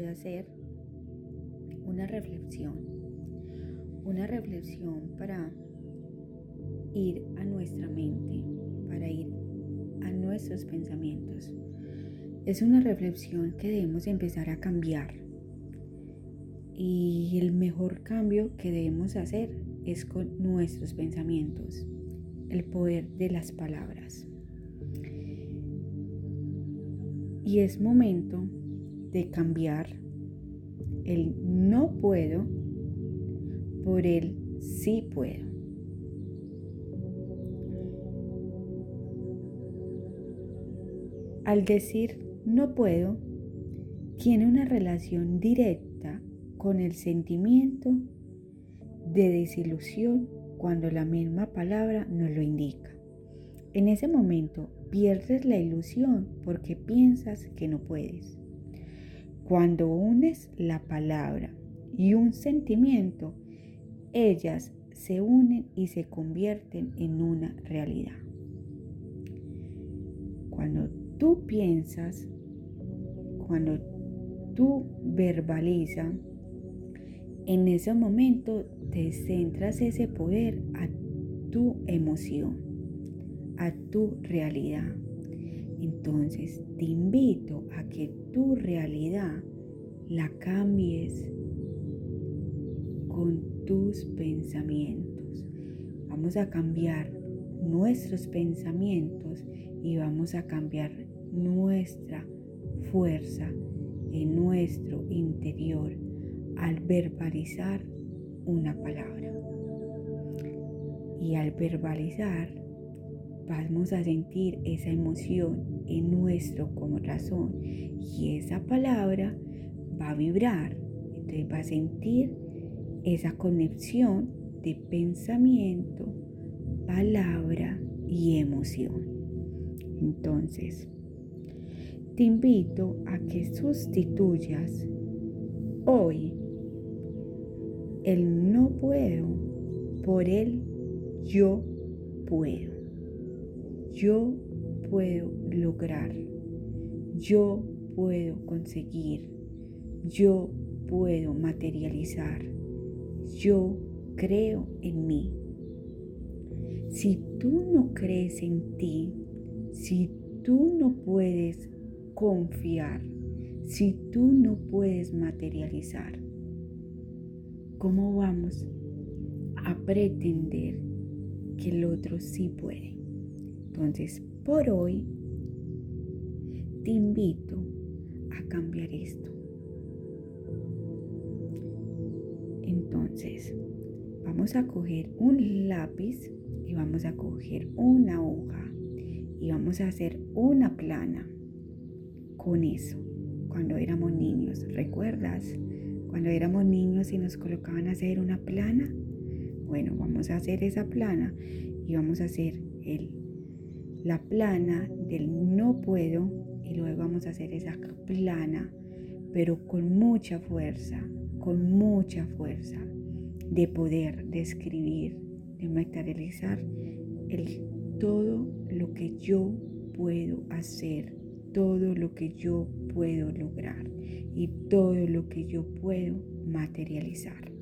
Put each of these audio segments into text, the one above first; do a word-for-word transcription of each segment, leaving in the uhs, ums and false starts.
hacer una reflexión, una reflexión para ir a nuestra mente, para ir a nuestros pensamientos. Es una reflexión que debemos empezar a cambiar. Y el mejor cambio que debemos hacer es con nuestros pensamientos, el poder de las palabras. Y es momento de cambiar el no puedo por el sí puedo. Al decir no puedo, tiene una relación directa con el sentimiento de desilusión cuando la misma palabra nos lo indica. En ese momento pierdes la ilusión porque piensas que no puedes. Cuando unes la palabra y un sentimiento, ellas se unen y se convierten en una realidad. Cuando tú piensas, cuando tú verbalizas, en ese momento te centras ese poder a tu emoción, a tu realidad. Entonces te invito a que tu realidad la cambies con tus pensamientos. Vamos a cambiar nuestros pensamientos y vamos a cambiar nuestra fuerza en nuestro interior al verbalizar una palabra. Y al verbalizar vamos a sentir esa emoción en nuestro corazón y esa palabra va a vibrar. Entonces va a sentir esa conexión de pensamiento, palabra y emoción. Entonces, te invito a que sustituyas hoy el no puedo por el yo puedo. Yo puedo lograr. Yo puedo conseguir. Yo puedo materializar. Yo creo en mí. Si tú no crees en ti, si tú no puedes confiar, si tú no puedes materializar, ¿cómo vamos a pretender que el otro sí puede? Entonces, por hoy, te invito a cambiar esto. Entonces, vamos a coger un lápiz y vamos a coger una hoja y vamos a hacer una plana con eso. Cuando éramos niños, ¿recuerdas? Cuando éramos niños y nos colocaban a hacer una plana. Bueno, vamos a hacer esa plana y vamos a hacer el, la plana del no puedo y luego vamos a hacer esa plana, pero con mucha fuerza, con mucha fuerza de poder, de escribir, de materializar el todo lo que yo puedo hacer, todo lo que yo puedo lograr y todo lo que yo puedo materializar.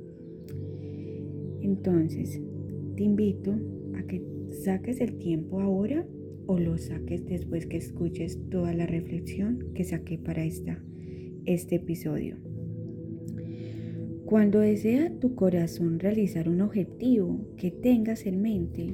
Entonces, te invito a que saques el tiempo ahora o lo saques después que escuches toda la reflexión que saqué para esta, este episodio. Cuando desea tu corazón realizar un objetivo que tengas en mente,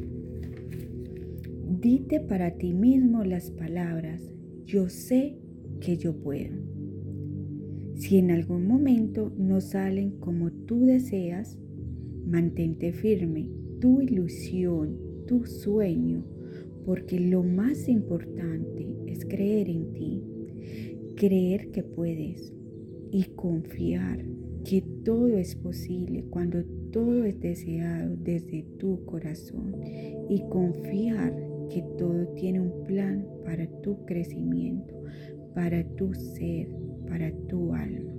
dite para ti mismo las palabras: yo sé que yo puedo. Si en algún momento no salen como tú deseas, mantente firme tu ilusión, tu sueño, porque lo más importante es creer en ti, creer que puedes y confiar que todo es posible cuando todo es deseado desde tu corazón y confiar que todo tiene un plan para tu crecimiento, para tu ser, para tu alma.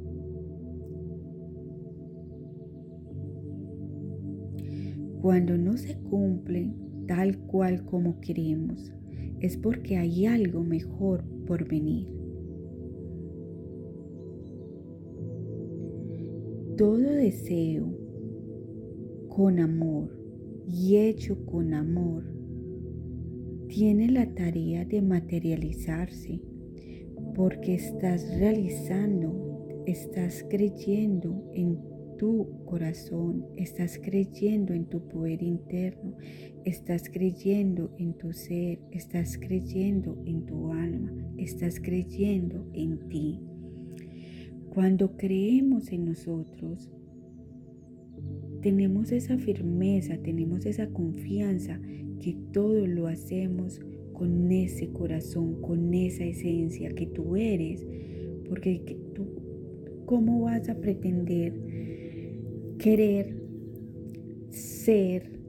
Cuando no se cumple tal cual como queremos, es porque hay algo mejor por venir. todo deseo con amor y hecho con amor tiene la tarea de materializarse, porque estás realizando, estás creyendo en tu corazón, estás creyendo en tu poder interno, estás creyendo en tu ser, estás creyendo en tu alma, estás creyendo en ti. Cuando creemos en nosotros, tenemos esa firmeza, tenemos esa confianza que todo lo hacemos con ese corazón, con esa esencia que tú eres, porque tú, ¿cómo vas a pretender querer ser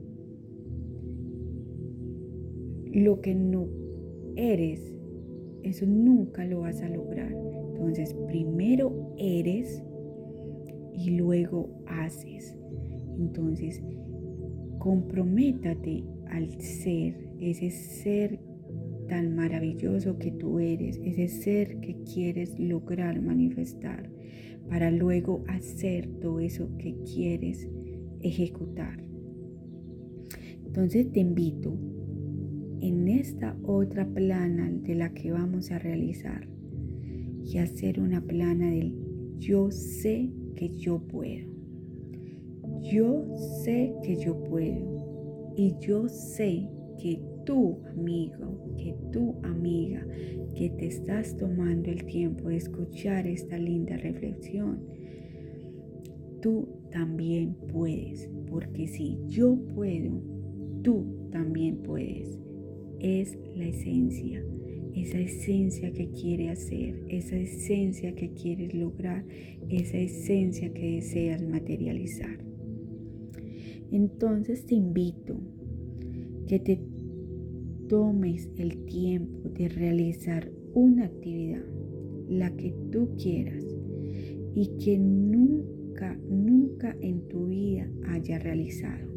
lo que no eres? Eso nunca lo vas a lograr. Entonces, primero eres y luego haces. Entonces, comprométate al ser, ese ser tan maravilloso que tú eres, ese ser que quieres lograr manifestar, para luego hacer todo eso que quieres ejecutar. Entonces te invito en esta otra plana de la que vamos a realizar y hacer una plana del yo sé que yo puedo. Yo sé que yo puedo y yo sé que tú, amigo, que tú, amiga, que te estás tomando el tiempo de escuchar esta linda reflexión, tú también puedes, porque si yo puedo, tú también puedes. Es la esencia, esa esencia que quieres hacer, esa esencia que quieres lograr, esa esencia que deseas materializar. Entonces te invito que te tomes el tiempo de realizar una actividad, la que tú quieras, y que nunca, nunca en tu vida hayas realizado,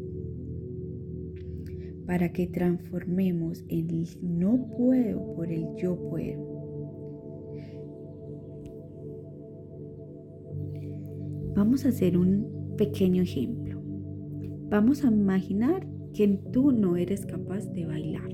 para que transformemos el no puedo por el yo puedo. Vamos a hacer un pequeño ejemplo. Vamos a imaginar que tú no eres capaz de bailar.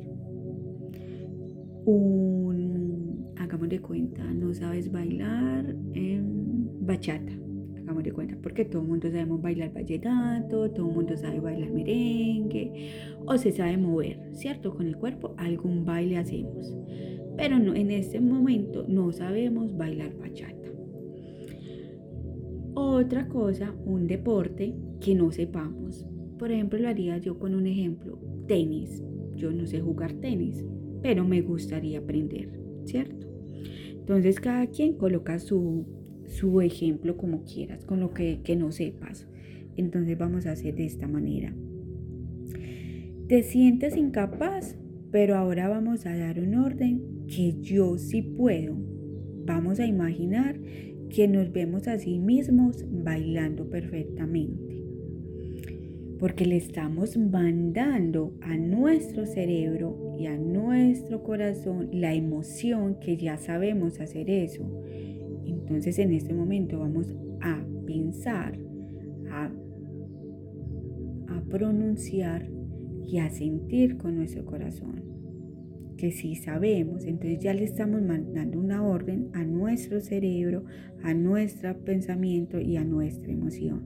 Un, hagamos de cuenta, no sabes bailar en bachata. Hagamos de cuenta, porque todo el mundo sabemos bailar vallenato, todo el mundo sabe bailar merengue, o se sabe mover, ¿cierto? Con el cuerpo, algún baile hacemos. Pero no, en este momento no sabemos bailar bachata. Otra cosa, un deporte que no sepamos. Por ejemplo, lo haría yo con un ejemplo, tenis. Yo no sé jugar tenis, pero me gustaría aprender, ¿cierto? Entonces cada quien coloca su, su ejemplo como quieras, con lo que, que no sepas. Entonces vamos a hacer de esta manera. Te sientes incapaz, pero ahora vamos a dar un orden que yo sí puedo. Vamos a imaginar que nos vemos a sí mismos bailando perfectamente, porque le estamos mandando a nuestro cerebro y a nuestro corazón la emoción que ya sabemos hacer eso. Entonces en este momento vamos a pensar, a, a pronunciar y a sentir con nuestro corazón que sí sabemos. Entonces ya le estamos mandando una orden a nuestro cerebro, a nuestro pensamiento y a nuestra emoción.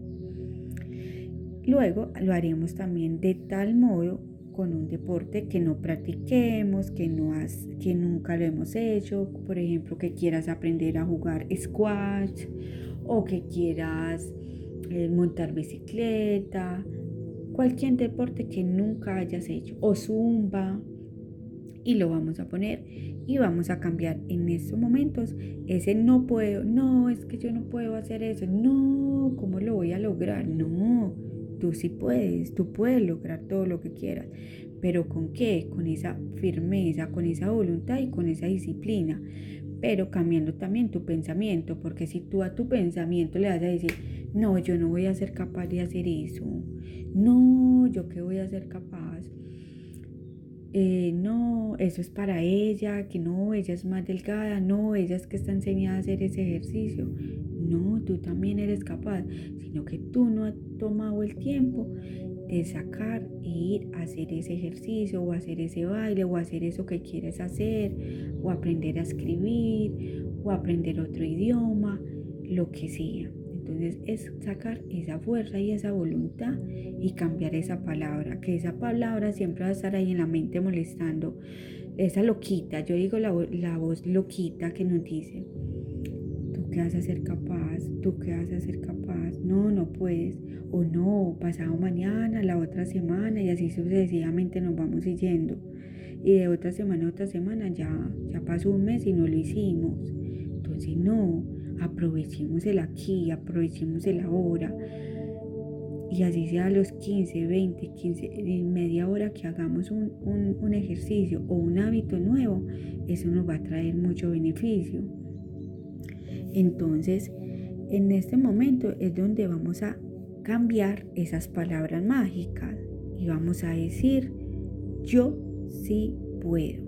Luego lo haremos también de tal modo con un deporte que no practiquemos, que, no has, que nunca lo hemos hecho. Por ejemplo, que quieras aprender a jugar squash o que quieras eh, montar bicicleta, cualquier deporte que nunca hayas hecho, o zumba. Y lo vamos a poner y vamos a cambiar en estos momentos ese no puedo, no, es que yo no puedo hacer eso, no, ¿cómo lo voy a lograr? No, tú sí puedes, tú puedes lograr todo lo que quieras, pero ¿con qué? Con esa firmeza, con esa voluntad y con esa disciplina, pero cambiando también tu pensamiento, porque si tú a tu pensamiento le vas a decir, no, yo no voy a ser capaz de hacer eso, no, yo qué voy a ser capaz, Eh, no, eso es para ella, que no, ella es más delgada, no, ella es que está enseñada a hacer ese ejercicio. No, tú también eres capaz, sino que tú no has tomado el tiempo de sacar e ir a hacer ese ejercicio o hacer ese baile o hacer eso que quieres hacer o aprender a escribir o aprender otro idioma, lo que sea. Entonces es sacar esa fuerza y esa voluntad y cambiar esa palabra, que esa palabra siempre va a estar ahí en la mente molestando, esa loquita, yo digo la, la voz loquita que nos dice, ¿tú qué vas a ser capaz? ¿Tú qué vas a ser capaz? No, no puedes. O no, pasado mañana, la otra semana y así sucesivamente nos vamos yendo. Y de otra semana a otra semana ya, ya pasó un mes y no lo hicimos. Entonces no, aprovechemos el aquí, aprovechemos el ahora. Y así sea los quince, veinte, quince, media hora que hagamos un, un, un ejercicio o un hábito nuevo, eso nos va a traer mucho beneficio. Entonces, en este momento es donde vamos a cambiar esas palabras mágicas y vamos a decir, yo sí puedo.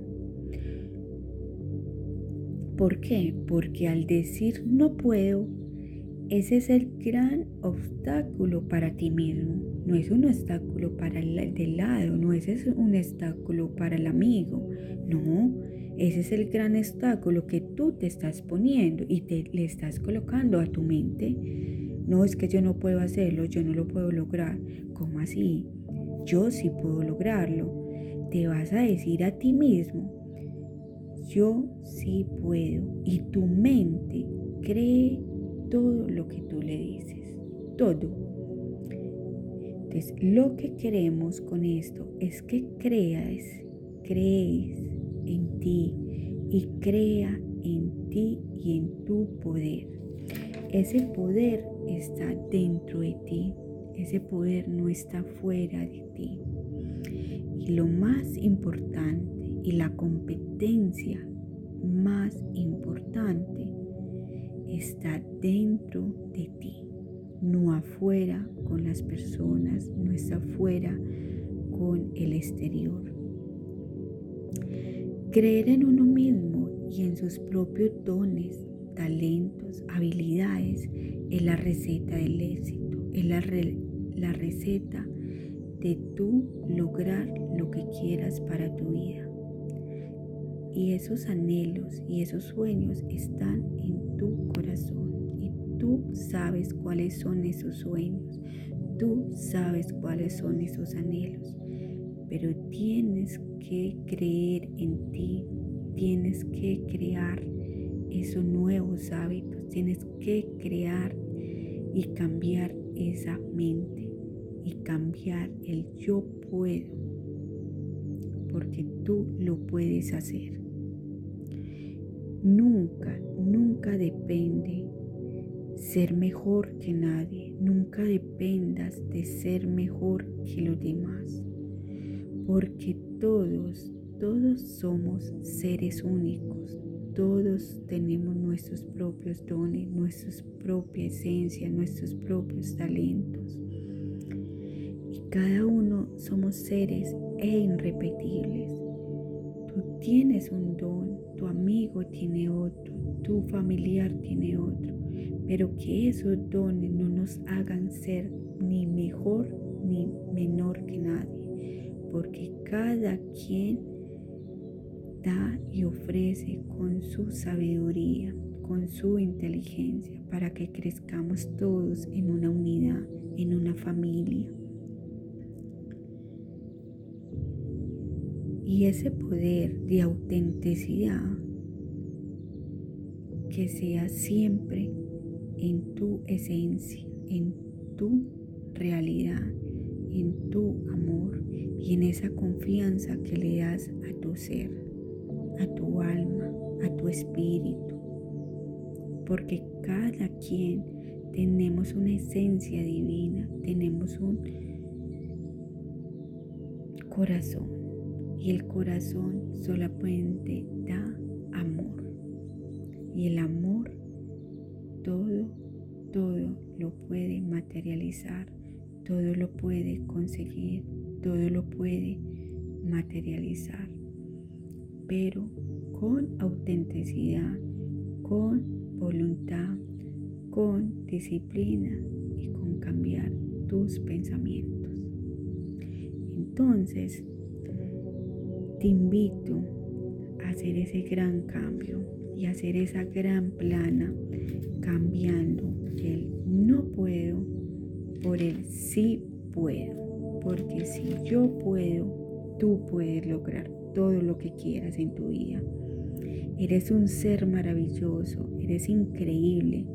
¿Por qué? Porque al decir no puedo, ese es el gran obstáculo para ti mismo. No es un obstáculo para el del lado, no es un obstáculo para el amigo, no. Ese es el gran obstáculo que tú te estás poniendo y te le estás colocando a tu mente. No es que yo no puedo hacerlo, yo no lo puedo lograr. ¿Cómo así? Yo sí puedo lograrlo. Te vas a decir a ti mismo, yo sí puedo. Y tu mente cree todo lo que tú le dices. Todo. Entonces, lo que queremos con esto es que creas, crees en ti y crea en ti y en tu poder. Ese poder está dentro de ti, ese poder no está fuera de ti. Y lo más importante y la competencia más importante está dentro de ti, no afuera con las personas, no está afuera con el exterior. Creer en uno mismo y en sus propios dones, talentos, habilidades es la receta del éxito, es la, re, la receta de tú lograr lo que quieras para tu vida. Y esos anhelos y esos sueños están en tu corazón y tú sabes cuáles son esos sueños, tú sabes cuáles son esos anhelos. Pero tienes que creer en ti, tienes que crear esos nuevos hábitos, tienes que crear y cambiar esa mente y cambiar el yo puedo, porque tú lo puedes hacer. Nunca, nunca depende ser mejor que nadie, nunca dependas de ser mejor que los demás. Porque todos, todos somos seres únicos, todos tenemos nuestros propios dones, nuestra propia esencia, nuestros propios talentos. Y cada uno somos seres e irrepetibles. Tú tienes un don, tu amigo tiene otro, tu familiar tiene otro, pero que esos dones no nos hagan ser ni mejor ni menor que nadie. Porque cada quien da y ofrece con su sabiduría, con su inteligencia, para que crezcamos todos en una unidad, en una familia. Y ese poder de autenticidad que sea siempre en tu esencia, en tu realidad, en tu amor y en esa confianza que le das a tu ser, a tu alma, a tu espíritu. Porque cada quien tenemos una esencia divina, tenemos un corazón y el corazón solamente da amor. Y el amor todo, todo lo puede materializar. Todo lo puede conseguir, todo lo puede materializar, pero con autenticidad, con voluntad, con disciplina y con cambiar tus pensamientos. Entonces, te invito a hacer ese gran cambio y hacer esa gran plana, cambiando el no puedo por el sí puedo. Porque si yo puedo, tú puedes lograr todo lo que quieras en tu vida. Eres un ser maravilloso, eres increíble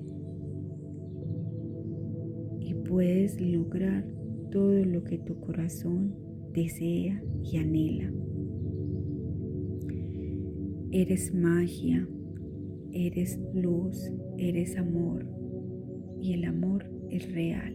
y puedes lograr todo lo que tu corazón desea y anhela. Eres magia, eres luz, eres amor y el amor es real.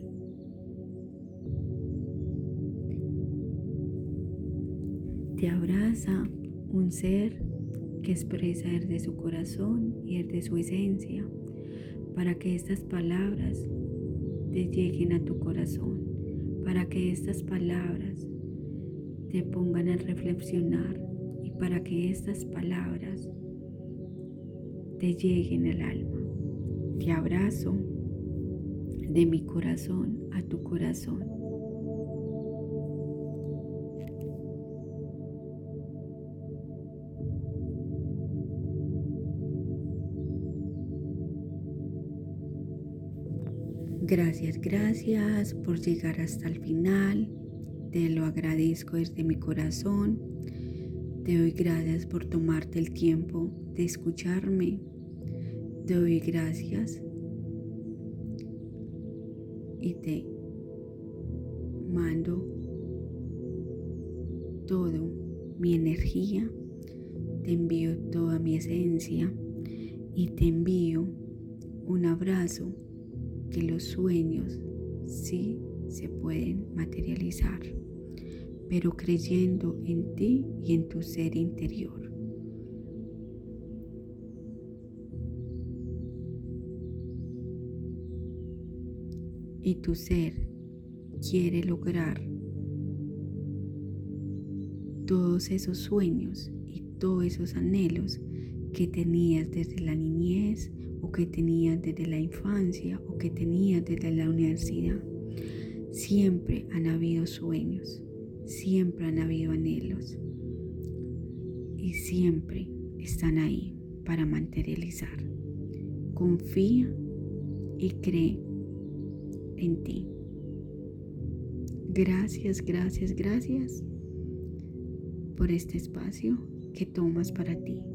Te abraza un ser que expresa desde su corazón y desde su esencia para que estas palabras te lleguen a tu corazón, para que estas palabras te pongan a reflexionar y para que estas palabras te lleguen al alma. Te abrazo de mi corazón a tu corazón. Gracias, gracias por llegar hasta el final. Te lo agradezco desde mi corazón. Te doy gracias por tomarte el tiempo de escucharme. Te doy gracias y te mando todo mi energía, te envío toda mi esencia y te envío un abrazo. Que los sueños sí se pueden materializar, pero creyendo en ti y en tu ser interior. Y tu ser quiere lograr todos esos sueños y todos esos anhelos que tenías desde la niñez o que tenías desde la infancia o que tenías desde la universidad. Siempre han habido sueños, siempre han habido anhelos y siempre están ahí para materializar. Confía y cree en ti. Gracias, gracias, gracias por este espacio que tomas para ti.